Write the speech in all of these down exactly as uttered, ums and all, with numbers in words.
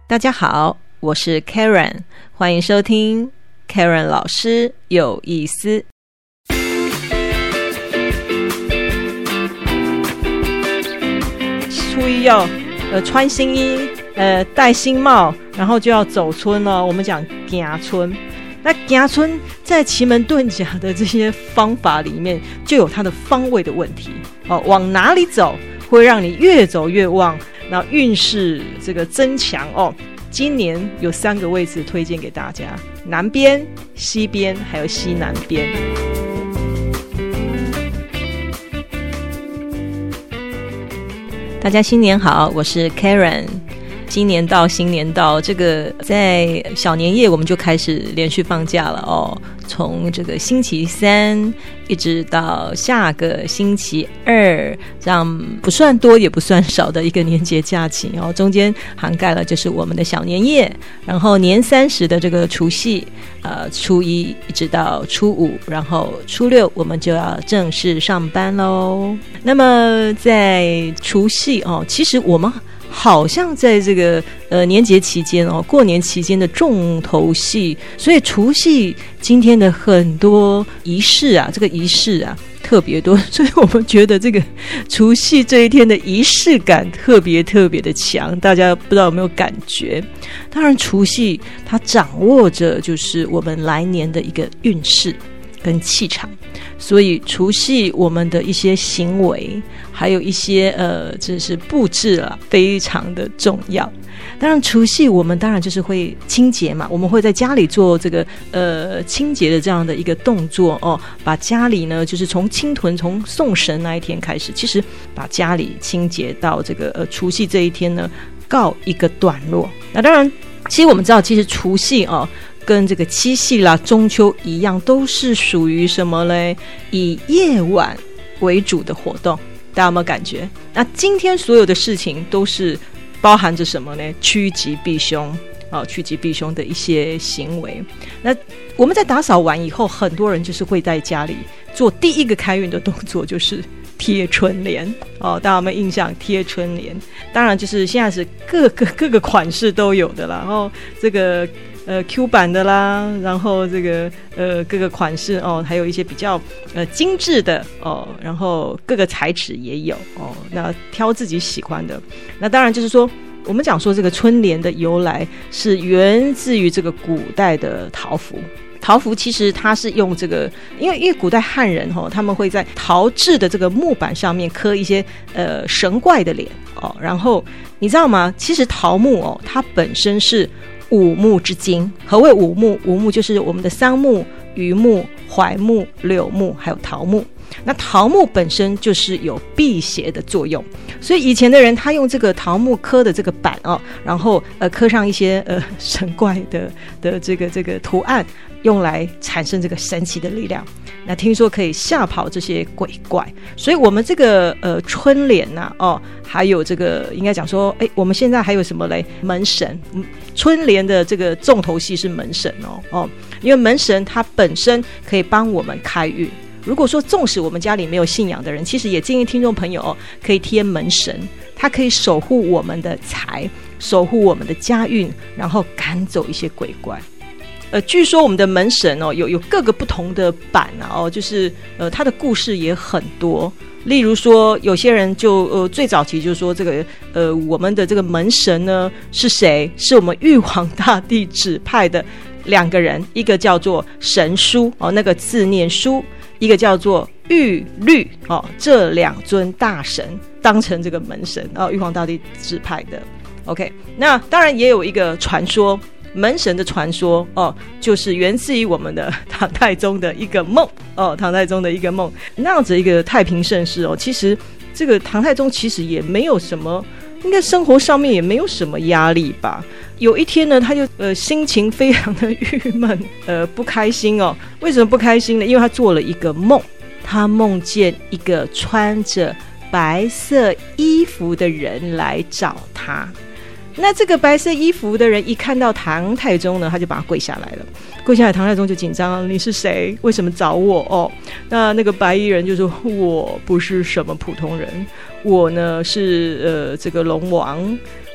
大家好，我是 Karen， 欢迎收听 Karen 老师有意思。初一要呃穿新衣，呃戴新帽，然后就要走春了。我们讲行春，那行春在奇门遁甲的这些方法里面，就有它的方位的问题哦。往哪里走会让你越走越旺，然后运势这个增强哦。今年有三个位置推荐给大家：南边、西边，还有西南边。大家新年好，我是 Karen。新年到，新年到，这个在小年夜我们就开始连续放假了哦。从这个星期三一直到下个星期二，这样不算多也不算少的一个年节假期哦。中间涵盖了就是我们的小年夜，然后年三十的这个除夕，呃，初一一直到初五，然后初六我们就要正式上班喽。那么在除夕哦，其实我们好像在这个呃年节期间哦，过年期间的重头戏，所以除夕今天的很多仪式啊，这个仪式啊特别多，所以我们觉得这个除夕这一天的仪式感特别特别的强，大家不知道有没有感觉？当然，除夕它掌握着就是我们来年的一个运势跟气场，所以除夕我们的一些行为还有一些呃，这是布置了非常的重要。当然除夕我们当然就是会清洁嘛，我们会在家里做这个呃清洁的这样的一个动作哦，把家里呢就是从清屯从送神那一天开始，其实把家里清洁到这个呃除夕这一天呢告一个段落。那当然其实我们知道，其实除夕哦跟这个七夕啦、中秋一样，都是属于什么嘞？以夜晚为主的活动，大家有没有感觉？那今天所有的事情都是包含着什么呢？趋吉避凶哦，趋吉避凶的一些行为。那我们在打扫完以后，很多人就是会在家里做第一个开运的动作，就是贴春联哦，大家有没有印象？贴春联，当然就是现在是各个各个款式都有的啦。然后这个呃 Q 版的啦，然后这个呃各个款式哦，还有一些比较呃精致的哦，然后各个材质也有哦，那挑自己喜欢的。那当然就是说，我们讲说这个春联的由来是源自于这个古代的桃符。桃符其实它是用这个，因为因为古代汉人哦，他们会在陶制的这个木板上面刻一些呃神怪的脸哦，然后你知道吗？其实桃木哦，它本身是五木之精。何谓五木？五木就是我们的桑木、榆木、槐木、柳木还有桃木。那桃木本身就是有辟邪的作用，所以以前的人他用这个桃木刻的这个板哦，然后呃刻上一些呃神怪的的这个这个图案，用来产生这个神奇的力量。那听说可以吓跑这些鬼怪，所以我们这个呃春联呐、啊、哦，还有这个应该讲说，哎，我们现在还有什么嘞？门神，春联的这个重头戏是门神哦哦，因为门神它本身可以帮我们开运。如果说纵使我们家里没有信仰的人，其实也建议听众朋友、哦、可以贴门神，它可以守护我们的财，守护我们的家运，然后赶走一些鬼怪。呃，据说我们的门神哦，有有各个不同的版啊，哦，就是呃，它的故事也很多。例如说，有些人就呃，最早期就说这个呃，我们的这个门神呢是谁？是我们玉皇大帝指派的两个人，一个叫做神书哦，那个字念书。一个叫做玉律哦，这两尊大神当成这个门神哦，玉皇大帝指派的。OK， 那当然也有一个传说，门神的传说哦，就是源自于我们的唐太宗的一个梦哦，唐太宗的一个梦，那样子一个太平盛世哦。其实这个唐太宗其实也没有什么，应该生活上面也没有什么压力吧。有一天呢，他就呃心情非常的郁闷，呃不开心哦。为什么不开心呢？因为他做了一个梦，他梦见一个穿着白色衣服的人来找他。那这个白色衣服的人一看到唐太宗呢，他就把他跪下来了。跪下来，唐太宗就紧张，你是谁？为什么找我？哦，那那个白衣人就说，我不是什么普通人，我呢是呃这个龙王。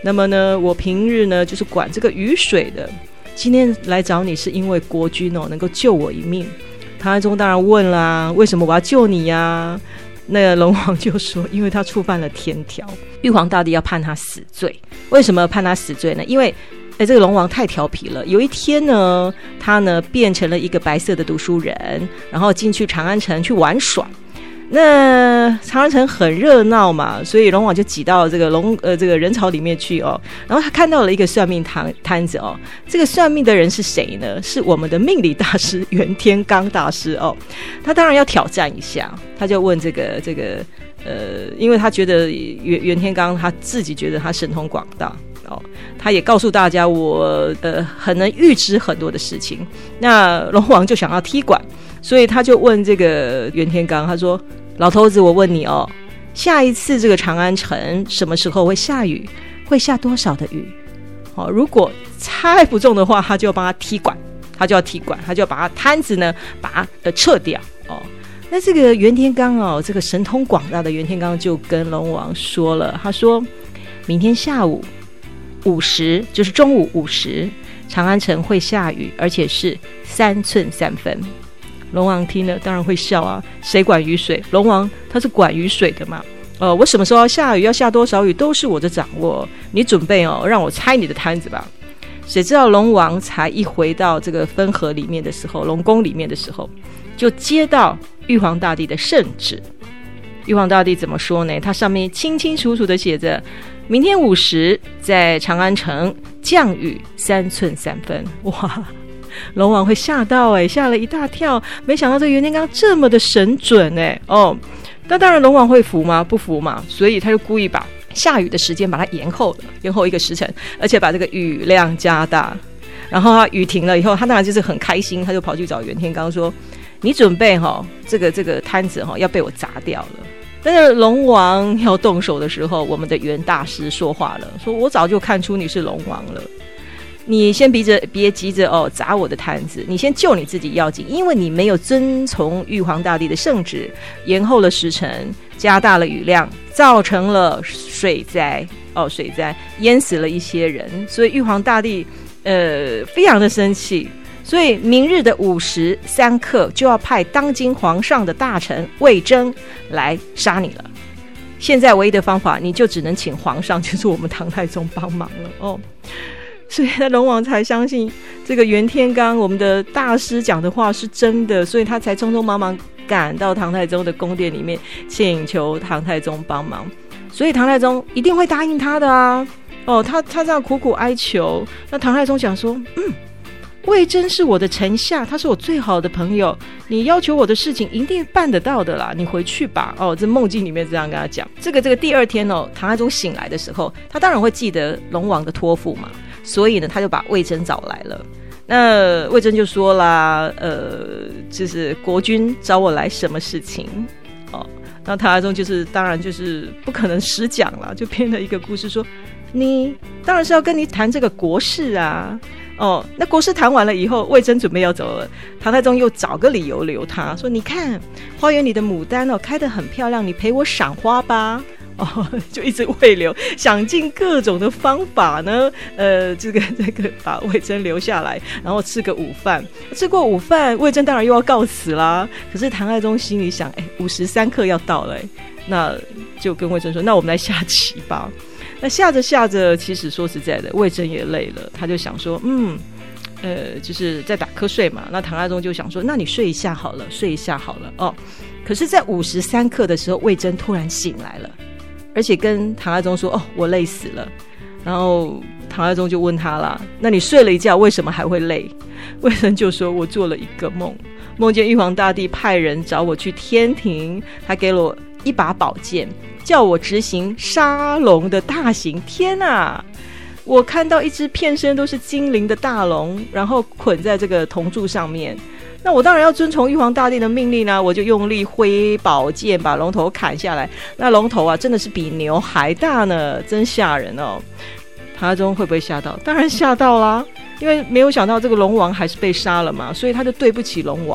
那么呢，我平日呢就是管这个雨水的，今天来找你是因为国君哦能够救我一命。唐太宗当然问啦，为什么我要救你呀、啊？那个龙王就说，因为他触犯了天条，玉皇大帝要判他死罪。为什么判他死罪呢？因为哎，这个龙王太调皮了。有一天呢，他呢变成了一个白色的读书人，然后进去长安城去玩耍。那长安城很热闹嘛，所以龙王就挤到这个龙呃这个人潮里面去哦。然后他看到了一个算命摊摊子哦，这个算命的人是谁呢？是我们的命理大师袁天罡大师哦。他当然要挑战一下，他就问这个这个呃，因为他觉得袁袁天罡他自己觉得他神通广大哦，他也告诉大家我呃很能预知很多的事情。那龙王就想要踢馆，所以他就问这个袁天罡，他说：“老头子，我问你哦，下一次这个长安城什么时候会下雨？会下多少的雨？哦，如果猜不中的话，他就要帮他踢馆，他就要踢馆，他就要把他摊子呢把它呃撤掉哦。那这个袁天罡哦，这个神通广大的袁天罡就跟龙王说了，他说明天下午五时，就是中午五时，长安城会下雨，而且是三寸三分。”龙王听了当然会笑啊，谁管雨水？龙王他是管雨水的嘛。呃，我什么时候要下雨，要下多少雨都是我的掌握，你准备哦，让我拆你的摊子吧。谁知道龙王才一回到这个分河里面的时候，龙宫里面的时候，就接到玉皇大帝的圣旨。玉皇大帝怎么说呢？他上面清清楚楚的写着，明天午时在长安城降雨三寸三分。哇，龙王会吓到哎，吓了一大跳，没想到这袁天罡这么的神准哎哦。那当然龙王会服吗？不服嘛，所以他就故意把下雨的时间把它延后了，延后一个时辰，而且把这个雨量加大。然后他雨停了以后，他当然就是很开心，他就跑去找袁天罡说：“你准备哈、哦，这个这个摊子哈、哦、要被我砸掉了。”但是龙王要动手的时候，我们的袁大师说话了，说：“我早就看出你是龙王了。”你先别着别急着哦砸我的摊子，你先救你自己要紧，因为你没有遵从玉皇大帝的圣旨，延后了时辰，加大了雨量，造成了水灾哦水灾，淹死了一些人，所以玉皇大帝呃非常的生气，所以明日的午时三刻就要派当今皇上的大臣魏征来杀你了。现在唯一的方法，你就只能请皇上，就是我们唐太宗帮忙了哦。所以龙王才相信这个袁天罡我们的大师讲的话是真的，所以他才匆匆忙忙赶到唐太宗的宫殿里面请求唐太宗帮忙，所以唐太宗一定会答应他的啊。哦，他他这样苦苦哀求，那唐太宗讲说，嗯，魏征是我的臣下，他是我最好的朋友，你要求我的事情一定办得到的啦，你回去吧。哦，这梦境里面这样跟他讲。这个这个第二天哦，唐太宗醒来的时候，他当然会记得龙王的托付嘛，所以呢，他就把魏征找来了。那魏征就说啦，呃，就是国君找我来什么事情？哦，那唐太宗就是当然就是不可能实讲啦，就编了一个故事说，你当然是要跟你谈这个国事啊。哦，那国事谈完了以后，魏征准备要走了，唐太宗又找个理由留他，说你看花园里的牡丹哦开得很漂亮，你陪我赏花吧。哦，就一直慰留，想尽各种的方法呢，呃，这个这个把魏征留下来，然后吃个午饭。吃过午饭，魏征当然又要告辞啦。可是唐太宗心里想，哎，午时三刻要到了，那就跟魏征说，那我们来下棋吧。那下着下着，其实说实在的，魏征也累了，他就想说，嗯，呃，就是在打瞌睡嘛。那唐太宗就想说，那你睡一下好了，睡一下好了哦。可是，在午时三刻的时候，魏征突然醒来了。而且跟唐太宗说，哦，我累死了。然后唐太宗就问他啦，那你睡了一觉为什么还会累？魏征就说，我做了一个梦，梦见玉皇大帝派人找我去天庭，他给了我一把宝剑，叫我执行杀龙的大刑。天啊，我看到一只片身都是金鳞的大龙，然后捆在这个铜柱上面，那我当然要遵从玉皇大帝的命令呢，我就用力挥宝剑把龙头砍下来。那龙头啊，真的是比牛还大呢，真吓人哦。唐太宗会不会吓到？当然吓到啦，因为没有想到这个龙王还是被杀了嘛，所以他就对不起龙王，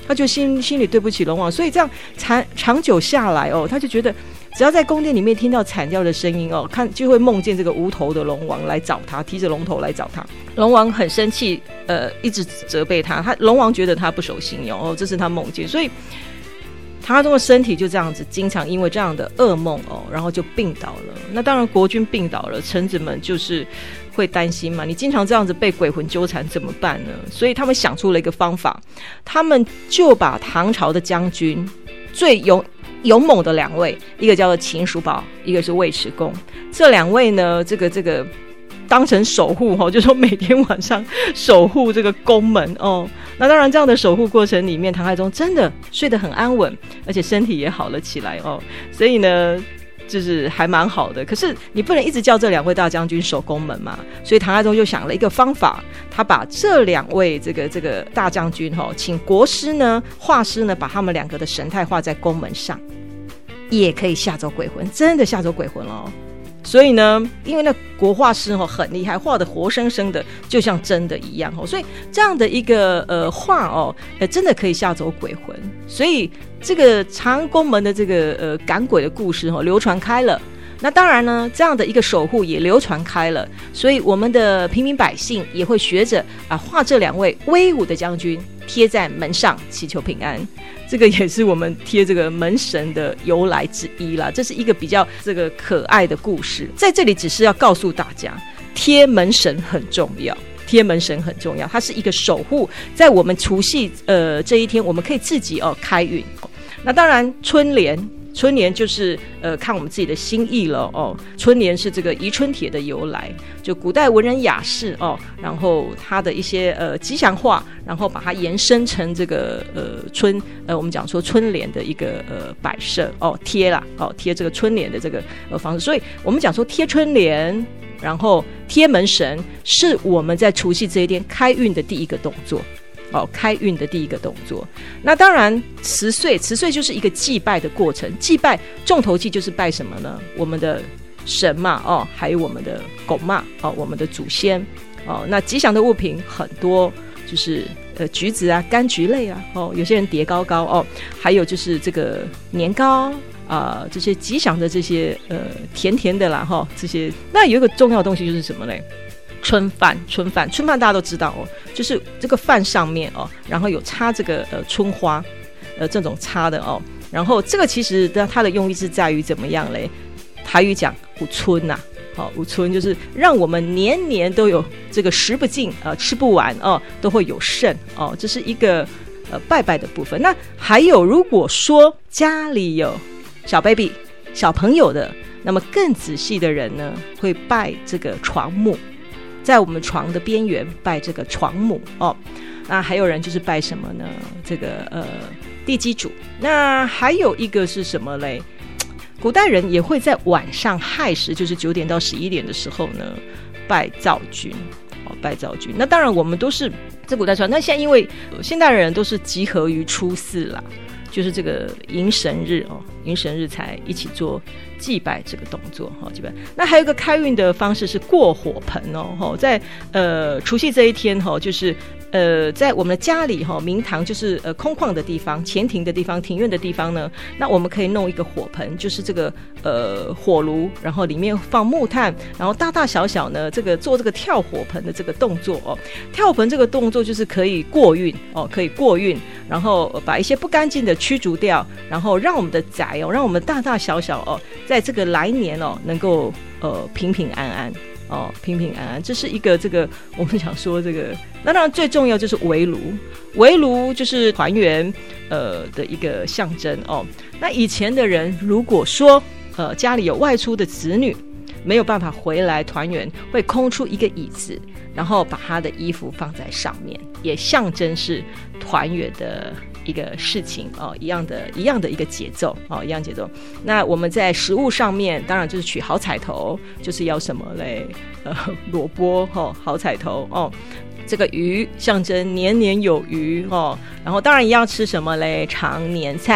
他就心心里对不起龙王，所以这样长长久下来哦，他就觉得只要在宫殿里面听到惨叫的声音哦，看就会梦见这个无头的龙王来找他，提着龙头来找他。龙王很生气，呃，一直责备他，他龙王觉得他不守信用哦，这是他梦见，所以唐阿宗的身体就这样子，经常因为这样的噩梦哦，然后就病倒了。那当然国君病倒了，臣子们就是会担心嘛，你经常这样子被鬼魂纠缠怎么办呢？所以他们想出了一个方法，他们就把唐朝的将军最勇勇猛的两位，一个叫做秦叔宝，一个是尉迟恭，这两位呢，这个这个当成守护哦，就说每天晚上守护这个宫门哦。那当然这样的守护过程里面，唐太宗真的睡得很安稳，而且身体也好了起来哦，所以呢就是还蛮好的。可是你不能一直叫这两位大将军守宫门嘛，所以唐太宗就想了一个方法，他把这两位这个这个大将军哦，请国师呢画师呢把他们两个的神态画在宫门上，也可以吓走鬼魂，真的吓走鬼魂了哦。所以呢，因为那国画师哦很厉害，画的活生生的，就像真的一样哦。所以这样的一个呃画哦，呃真的可以吓走鬼魂。所以这个长安宫门的这个呃赶鬼的故事哦流传开了。那当然呢，这样的一个守护也流传开了，所以我们的平民百姓也会学着啊画这两位威武的将军贴在门上，祈求平安。这个也是我们贴这个门神的由来之一啦，这是一个比较这个可爱的故事。在这里只是要告诉大家，贴门神很重要，贴门神很重要，它是一个守护，在我们除夕呃这一天，我们可以自己哦开运。那当然春联。春联就是呃看我们自己的心意了哦。春联是这个宜春帖的由来，就古代文人雅士哦，然后他的一些呃吉祥话，然后把它延伸成这个呃春呃我们讲说春联的一个呃摆设哦贴啦哦贴这个春联的这个呃方式，所以我们讲说贴春联，然后贴门神是我们在除夕这一天开运的第一个动作。哦，开运的第一个动作。那当然辞岁，辞岁就是一个祭拜的过程，祭拜重头祭就是拜什么呢？我们的神嘛，哦，还有我们的狗嘛，哦，我们的祖先，哦，那吉祥的物品很多，就是呃橘子啊、柑橘类啊，哦，有些人叠高高哦，还有就是这个年糕啊、呃，这些吉祥的这些呃甜甜的啦，哈、哦，这些。那有一个重要的东西就是什么嘞？春饭，春饭，春饭大家都知道哦，就是这个饭上面哦，然后有插这个呃春花，呃这种插的哦，然后这个其实它的用意是在于怎么样嘞？台语讲五春呐、啊，好、哦，五春就是让我们年年都有这个食不尽呃吃不完哦，都会有剩哦，这是一个呃拜拜的部分。那还有如果说家里有小 baby 小朋友的，那么更仔细的人呢，会拜这个床母。在我们床的边缘拜这个床母哦，那还有人就是拜什么呢？这个呃地基主。那还有一个是什么嘞？古代人也会在晚上亥时，就是九点到十一点的时候呢，拜灶君哦，拜灶君。那当然我们都是在古代传，那现在因为、呃、现代人都是集合于初四啦。就是这个迎神日哦，迎神日才一起做祭拜这个动作哈、哦，祭拜。那还有一个开运的方式是过火盆哦，哦在呃除夕这一天哈、哦，就是呃在我们的家里哈、哦，明堂就是呃空旷的地方、前庭的地方、庭院的地方呢，那我们可以弄一个火盆，就是这个呃火炉，然后里面放木炭，然后大大小小呢这个做这个跳火盆的这个动作哦，跳盆这个动作就是可以过运哦，可以过运，然后把一些不干净的驱逐掉，然后让我们的宅哦，让我们大大小小哦，在这个来年哦，能够呃平平安安哦，平平安安。这是一个这个我们想说这个，那当然最重要就是围炉，围炉就是团圆呃的一个象征哦。那以前的人如果说呃家里有外出的子女，没有办法回来团圆，会空出一个椅子，然后把他的衣服放在上面，也象征是团圆的一个事情哦，一样的一样的一个节奏哦，一样节奏。那我们在食物上面，当然就是取好彩头，就是要什么嘞？呃，萝卜哦，好彩头哦。这个鱼象征年年有余哦，然后当然要吃什么嘞？常年菜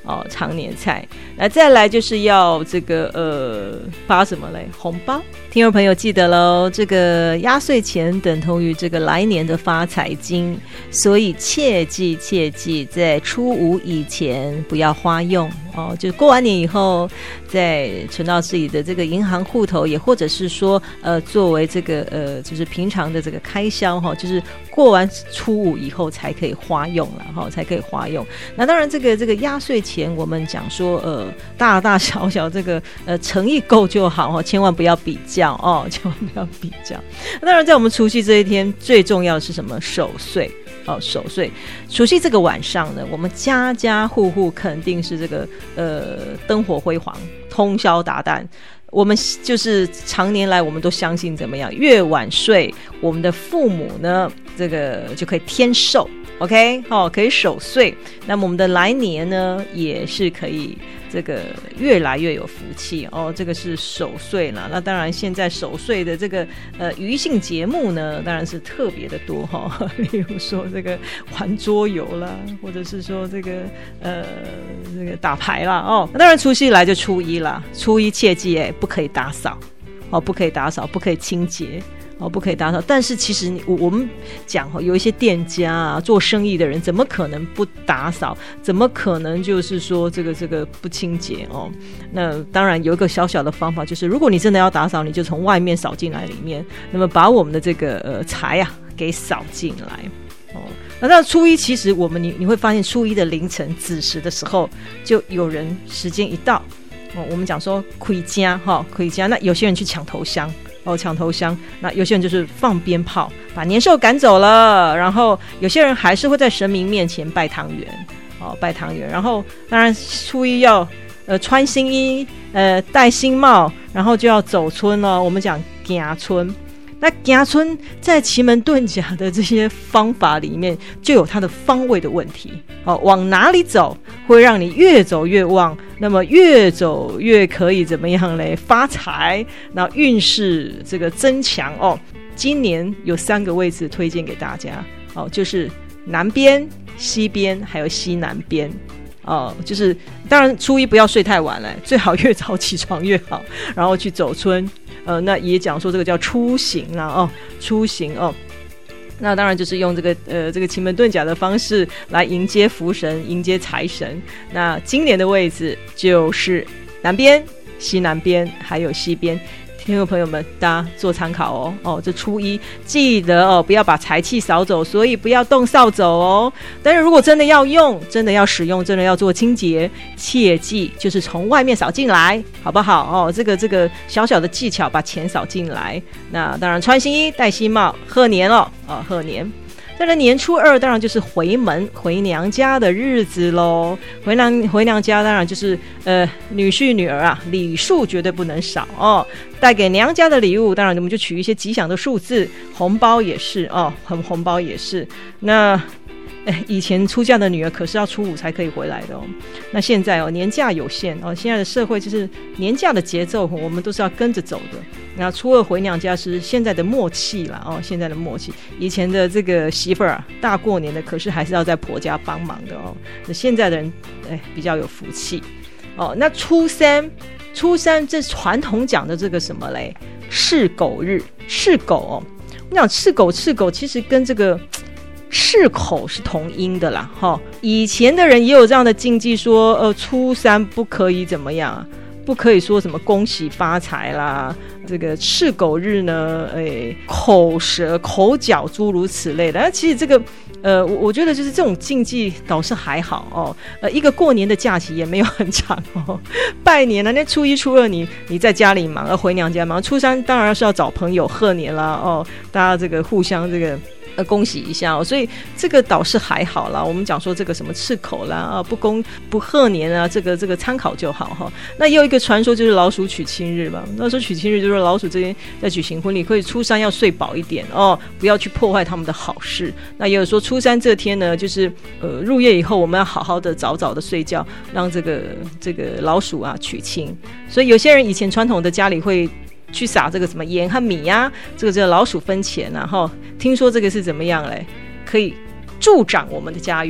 哦，常年菜。那再来就是要这个呃发什么嘞？红包。听众朋友记得咯，这个压岁钱等同于这个来年的发财金，所以切记切记在初五以前不要花用哦，就过完年以后再存到自己的这个银行户头，也或者是说呃作为这个呃就是平常的这个开销哈、哦，就是过完初五以后才可以花用了哈、哦，才可以花用。那当然这个这个压岁钱我们讲说呃大大小小这个呃诚意够就好哈、哦，千万不要比较哦，千万不要比较。当然在我们除夕这一天最重要的是什么？守岁哦，守岁。除夕这个晚上呢，我们家家户户肯定是这个呃灯火辉煌，通宵达旦。我们就是常年来我们都相信怎么样，越晚睡我们的父母呢这个就可以添寿 OK、哦、可以守岁，那么我们的来年呢也是可以这个越来越有福气哦，这个是守岁啦。那当然现在守岁的这个呃娱性节目呢当然是特别的多哈、哦，例如说这个玩桌游啦，或者是说这个呃这个打牌啦哦。那当然除夕来就初一啦，初一切记哎不可以打扫哦，不可以打扫，不可以清洁。哦，不可以打扫。但是其实我我们讲哦，有一些店家啊，做生意的人怎么可能不打扫？怎么可能就是说这个这个不清洁哦？那当然有一个小小的方法，就是如果你真的要打扫，你就从外面扫进来里面，那么把我们的这个呃财啊给扫进来哦。那到初一，其实我们你你会发现，初一的凌晨子时的时候，就有人时间一到哦，我们讲说回家哈，回家，那有些人去抢头香。哦，抢头香，那有些人就是放鞭炮把年兽赶走了，然后有些人还是会在神明面前拜汤圆哦，拜汤圆，然后当然初一要呃穿新衣，呃戴新帽，然后就要走村了，我们讲行村。那行村在奇门遁甲的这些方法里面就有它的方位的问题哦，往哪里走会让你越走越旺，那么越走越可以怎么样嘞？发财，那运势这个增强哦。今年有三个位置推荐给大家哦，就是南边、西边还有西南边。哦，就是当然初一不要睡太晚了，最好越早起床越好，然后去走村。呃，那也讲说这个叫出行啦，哦，出行哦。那当然就是用这个呃这个奇门遁甲的方式来迎接福神，迎接财神。那今年的位置就是南边、西南边还有西边。听众朋友们，大家做参考哦。哦，这初一记得哦，不要把财气扫走，所以不要动扫帚哦。但是如果真的要用，真的要使用，真的要做清洁，切记就是从外面扫进来，好不好？哦，这个这个小小的技巧，把钱扫进来。那当然穿新衣，戴新帽，贺年哦，哦，贺年。再来年初二当然就是回门回娘家的日子咯，回娘回娘家当然就是呃女婿女儿啊，礼数绝对不能少哦。带给娘家的礼物当然我们就取一些吉祥的数字，红包也是哦，红红包也是。那哎，以前出嫁的女儿可是要初五才可以回来的哦。那现在哦，年假有限哦，现在的社会就是年假的节奏，我们都是要跟着走的。那初二回娘家是现在的默契啦哦，现在的默契。以前的这个媳妇儿啊，大过年的可是还是要在婆家帮忙的哦。那现在的人哎比较有福气哦。那初三，初三这传统讲的这个什么嘞？赤狗日，赤狗哦。我讲赤狗，赤狗其实跟这个赤口是同音的啦，哈。以前的人也有这样的禁忌说，呃，初三不可以怎么样，不可以说什么恭喜发财啦。这个赤狗日呢，哎，口舌口角诸如此类的。那其实这个，呃，我我觉得就是这种禁忌倒是还好哦。呃，一个过年的假期也没有很长哦。拜年了，那初一初二你你在家里忙，要回娘家忙。初三当然是要找朋友贺年啦，哦，大家这个互相这个。呃，恭喜一下哦，所以这个倒是还好啦。我们讲说这个什么赤口啦，啊，不恭不贺年啊，这个这个参考就好哈。那也有一个传说就是老鼠娶亲日嘛，那时候娶亲日就是老鼠这边在举行婚礼，可以初三要睡饱一点哦，不要去破坏他们的好事。那也有说初三这天呢，就是呃入夜以后，我们要好好的早早的睡觉，让这个这个老鼠啊娶亲。所以有些人以前传统的家里会去撒这个什么盐和米呀、啊，这个这个老鼠分钱啊，哈，听说这个是怎么样嘞？可以助长我们的家运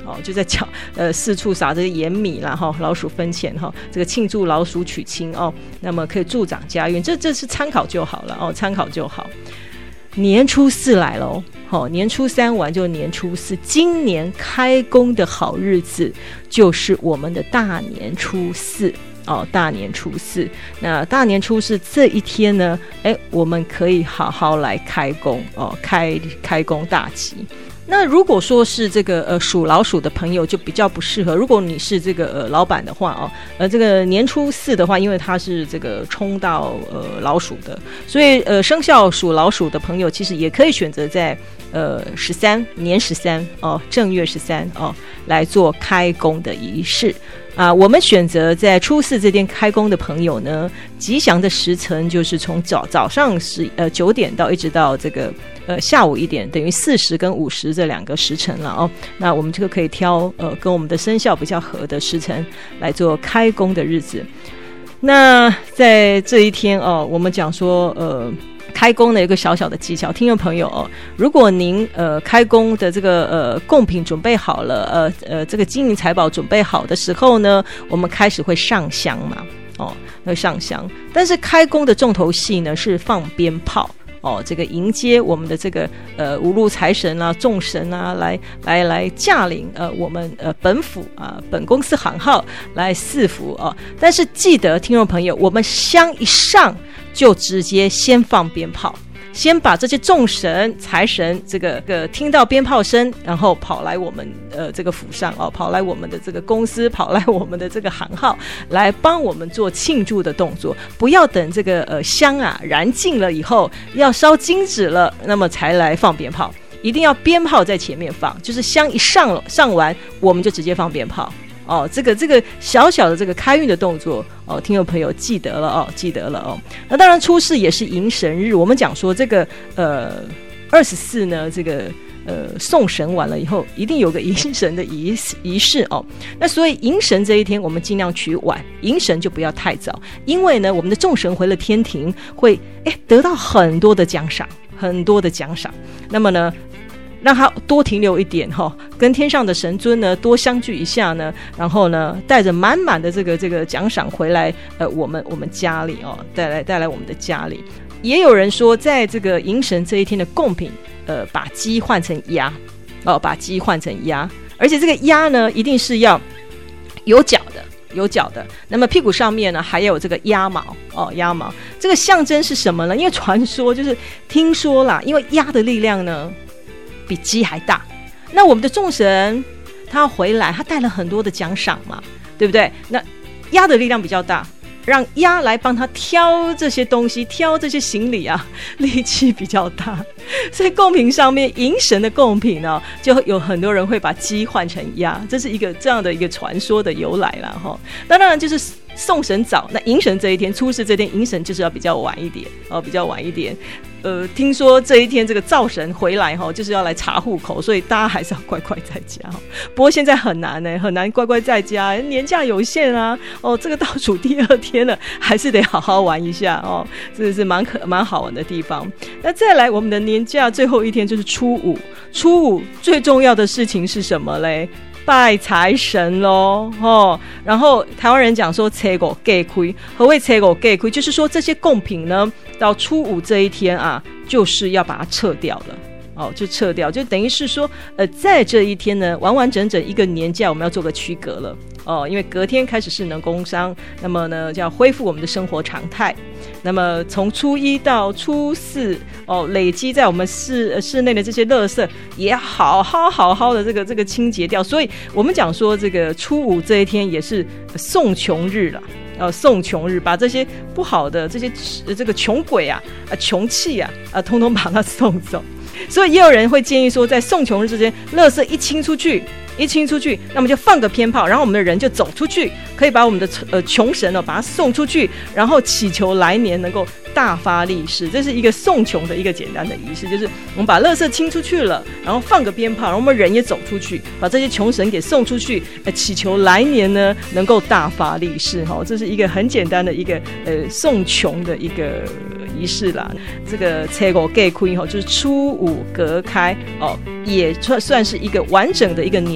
哦，就在讲呃四处撒这个盐米啦哈，老鼠分钱哈，这个庆祝老鼠娶亲哦，那么可以助长家运，这这是参考就好了哦，参考就好。年初四来喽，哦，年初三完就年初四，今年开工的好日子就是我们的大年初四哦，大年初四。那大年初四这一天呢，哎，我们可以好好来开工哦，开开工大吉。那如果说是这个呃属老鼠的朋友就比较不适合，如果你是这个呃老板的话哦，呃这个年初四的话，因为它是这个冲到呃老鼠的，所以呃生肖属老鼠的朋友其实也可以选择在呃十三年十三哦正月十三哦来做开工的仪式。啊，我们选择在初四这天开工的朋友呢，吉祥的时辰就是从早早上十呃九点到一直到这个呃下午一点，等于四十跟五十这两个时辰了哦。那我们这个可以挑呃跟我们的生肖比较合的时辰来做开工的日子。那在这一天哦，我们讲说呃。开工的一个小小的技巧，听众朋友哦，如果您呃开工的这个呃贡品准备好了，呃呃这个金银财宝准备好的时候呢，我们开始会上香嘛，哦，会上香。但是开工的重头戏呢是放鞭炮哦，这个迎接我们的这个呃五路财神啊、众神啊，来来来驾临呃我们呃本府啊、呃、本公司行号来赐福哦。但是记得听众朋友，我们香一上就直接先放鞭炮，先把这些众神财神这个个听到鞭炮声，然后跑来我们呃这个府上哦，跑来我们的这个公司，跑来我们的这个行号，来帮我们做庆祝的动作。不要等这个呃香啊燃尽了以后，要烧金纸了，那么才来放鞭炮。一定要鞭炮在前面放，就是香一上了上完，我们就直接放鞭炮。哦，这个这个小小的这个开运的动作哦，听众朋友记得了哦，记得了哦。那当然初四也是迎神日，我们讲说这个呃二十四呢，这个呃送神完了以后，一定有个迎神的仪仪式哦。那所以迎神这一天，我们尽量取晚，迎神就不要太早，因为呢，我们的众神回了天庭，会哎得到很多的奖赏，很多的奖赏。那么呢，让他多停留一点哈、哦，跟天上的神尊呢多相聚一下呢，然后呢带着满满的这个这个奖赏回来，呃，我们我们家里哦，带来带来我们的家里。也有人说，在这个迎神这一天的贡品，呃，把鸡换成鸭，哦，把鸡换成鸭，而且这个鸭呢，一定是要有角的。有角的，那么屁股上面呢还有这个鸭毛哦，鸭毛，这个象征是什么呢？因为传说就是听说啦，因为鸭的力量呢比鸡还大，那我们的众神他要回来，他带了很多的奖赏嘛，对不对？那鸭的力量比较大，让鸭来帮他挑这些东西，挑这些行李啊，力气比较大，所以贡品上面迎神的贡品呢、哦，就有很多人会把鸡换成鸭，这是一个这样的一个传说的由来啦哈。那当然就是送神早，那迎神这一天，初四这天迎神就是要比较晚一点哦，比较晚一点。呃，听说这一天这个灶神回来哈、哦，就是要来查户口，所以大家还是要乖乖在家、哦。不过现在很难呢，很难乖乖在家，年假有限啊。哦，这个倒数第二天了，还是得好好玩一下哦，这是蛮可蛮好玩的地方。那再来，我们的年假最后一天就是初五，初五最重要的事情是什么嘞？拜财神咯、哦、然后台湾人讲说车狗给亏，何谓车狗给亏？就是说这些贡品呢，到初五这一天啊，就是要把它撤掉了哦，就撤掉，就等于是说，呃，在这一天呢，完完整整一个年假，我们要做个区隔了哦，因为隔天开始是能工商，那么呢，就要恢复我们的生活常态。那么从初一到初四哦，累积在我们室室内的这些垃圾也好好好好的这个这个清洁掉。所以我们讲说，这个初五这一天也是送穷日了。呃，送穷日，把这些不好的这些这个穷鬼啊、啊穷气啊啊，通通把它送走。所以也有人会建议说，在送穷日之间，垃圾一清出去，一清出去，那么就放个鞭炮，然后我们的人就走出去，可以把我们的呃穷神哦，把它送出去，然后祈求来年能够大发利市。这是一个送穷的一个简单的仪式，就是我们把垃圾清出去了，然后放个鞭炮，然后我们人也走出去，把这些穷神给送出去，呃，祈求来年呢能够大发利市哈、哦。这是一个很简单的一个呃送穷的一个仪式啦。这个车五隔开哈，就是初五隔开哦，也算算是一个完整的一个年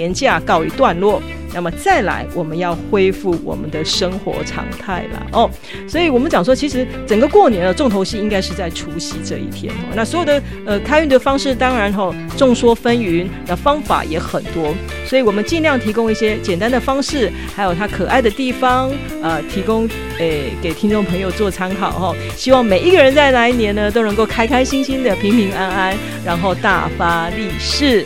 年假告一段落，那么再来我们要恢复我们的生活常态了哦。所以我们讲说，其实整个过年的重头戏应该是在除夕这一天哦。那所有的呃开运的方式，当然哦众说纷纭，那方法也很多，所以我们尽量提供一些简单的方式，还有它可爱的地方，呃，提供诶给听众朋友做参考哦。希望每一个人在来年呢都能够开开心心的、平平安安，然后大发利市。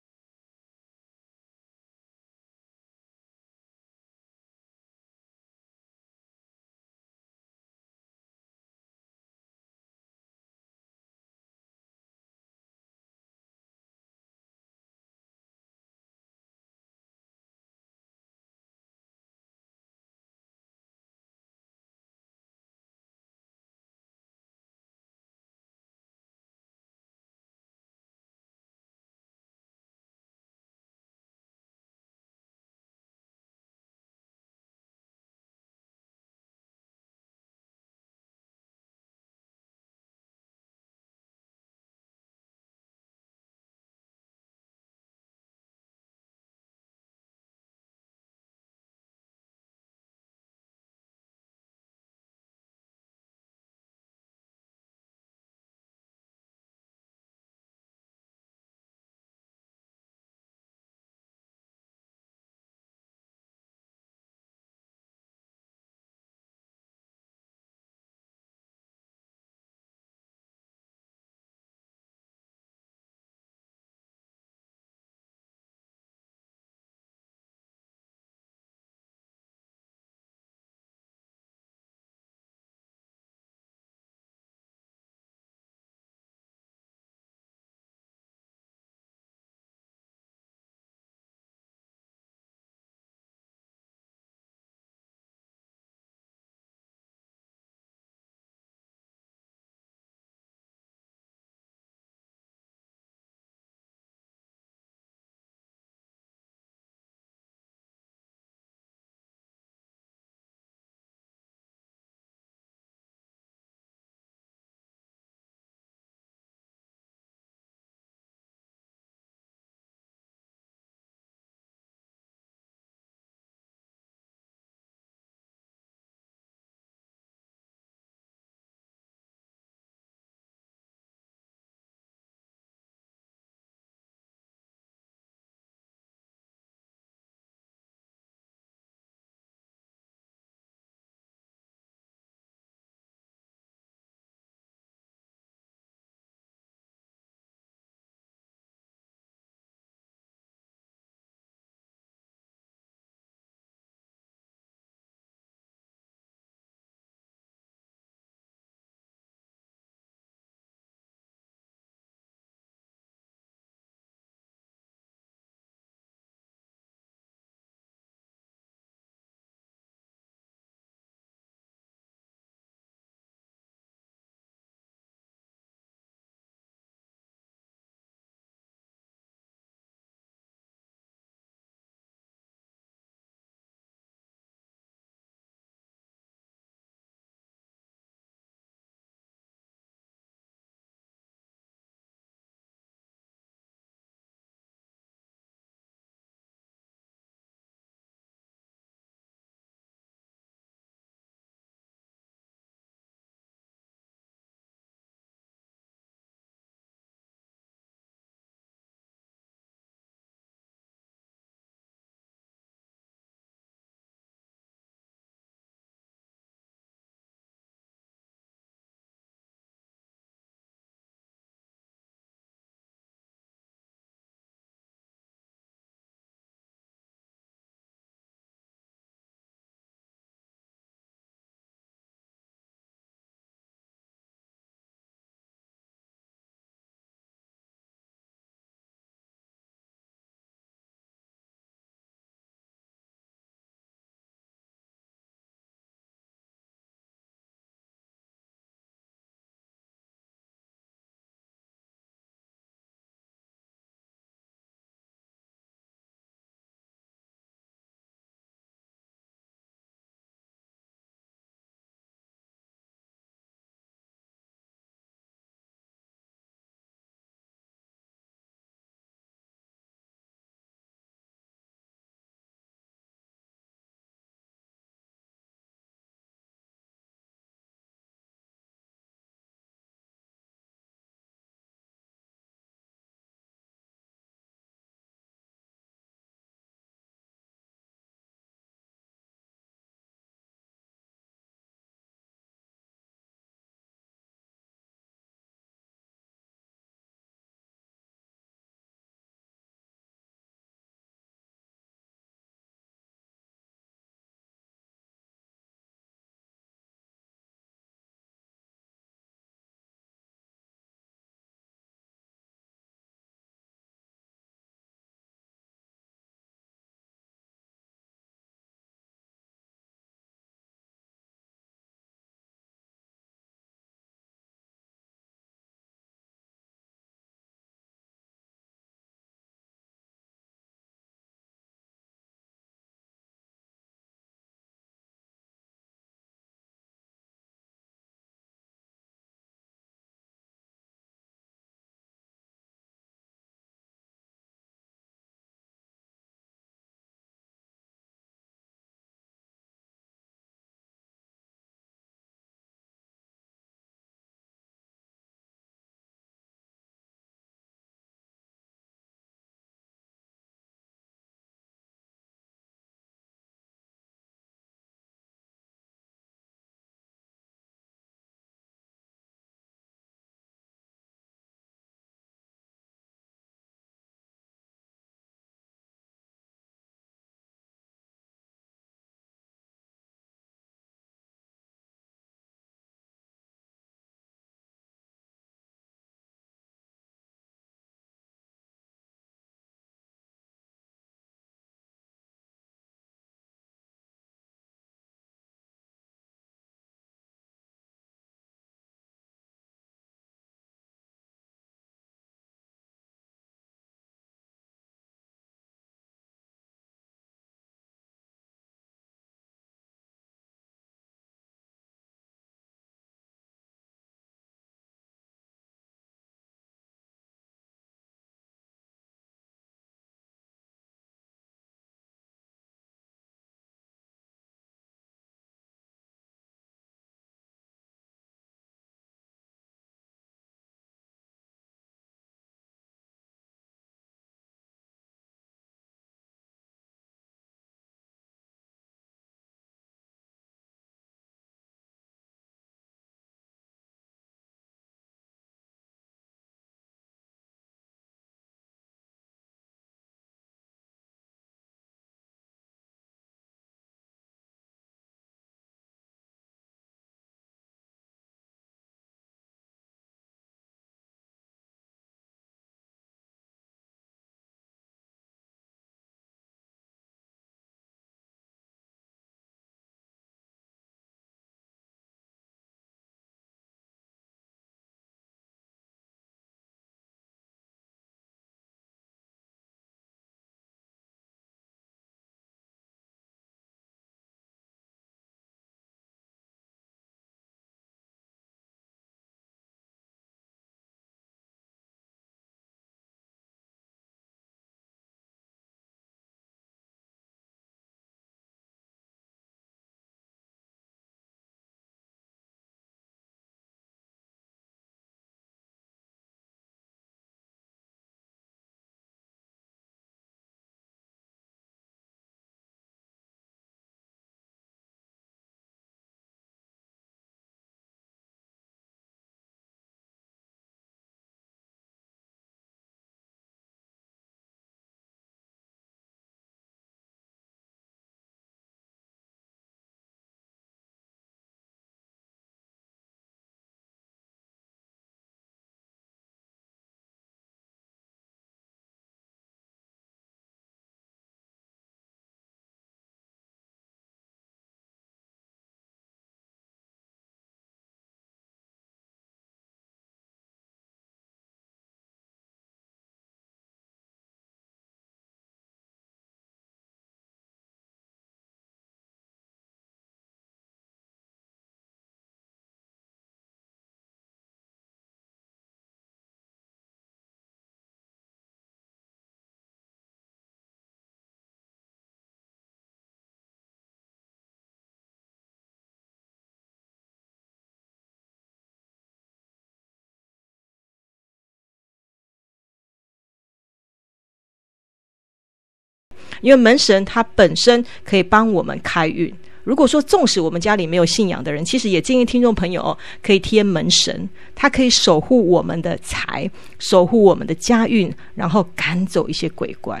因为门神它本身可以帮我们开运。如果说纵使我们家里没有信仰的人，其实也建议听众朋友、哦、可以贴门神，它可以守护我们的财，守护我们的家运，然后赶走一些鬼怪。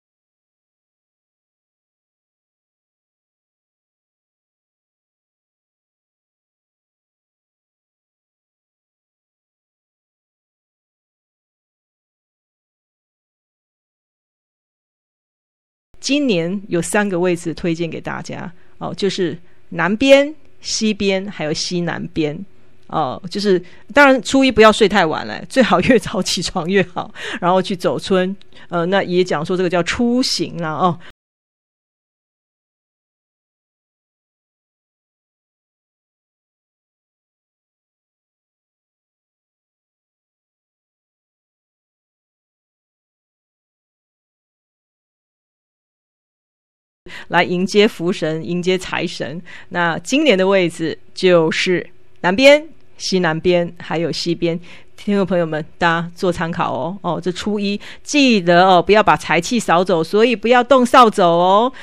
今年有三个位置推荐给大家哦，就是南边、西边还有西南边哦，就是当然初一不要睡太晚了，最好越早起床越好，然后去走春。呃，那也讲说这个叫出行啦哦。来迎接福神，迎接财神。那今年的位置就是南边、西南边还有西边，听众朋友们大家做参考哦。哦，这初一记得哦，不要把财气扫走，所以不要动扫帚哦。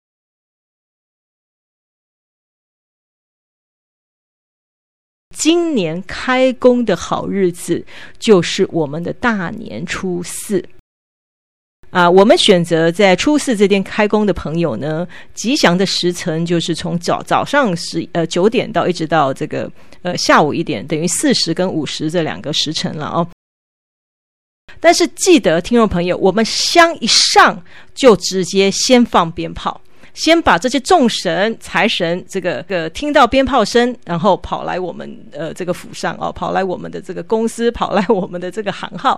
今年开工的好日子就是我们的大年初四啊，我们选择在初四这天开工的朋友呢，吉祥的时辰就是从早早上十呃九点到一直到这个呃下午一点，等于四十跟五十这两个时辰了哦。但是记得听众朋友，我们香一上就直接先放鞭炮，先把这些众神、财神这个个听到鞭炮声，然后跑来我们呃这个府上哦，跑来我们的这个公司，跑来我们的这个行号，